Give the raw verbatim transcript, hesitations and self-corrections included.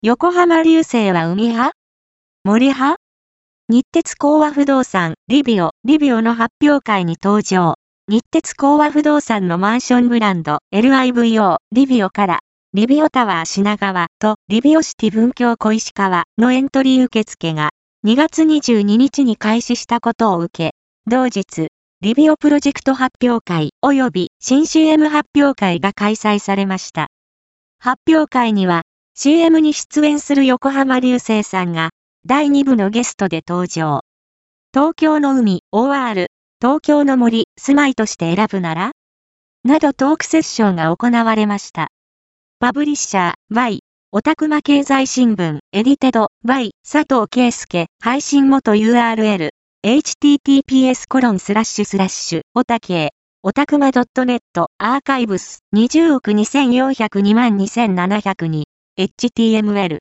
横浜流星は海派？森派？日鉄興和不動産、リビオ、リビオの発表会に登場。日鉄興和不動産のマンションブランド、エルアイブイオー、リビオから、リビオタワー品川とリビオシティ文京小石川のエントリー受付が、にがつにじゅうににちに開始したことを受け、同日、リビオプロジェクト発表会及び新 シーエム 発表会が開催されました。発表会には、シーエム に出演する横浜流星さんが、だいにぶのゲストで登場。東京の海、オーアール、東京の森、住まいとして選ぶならなどトークセッションが行われました。パブリッシャー、Y、オタクマ経済新聞、エディテッド、Y、佐藤圭介、配信元 ユーアールエル、エイチティーティーピーエスコロンスラッシュスラッシュ、オタケー、オタクマ .net、アーカイブス、にじゅうおくにせんよんひゃくにまんにせんななひゃくに、エイチティーエムエル。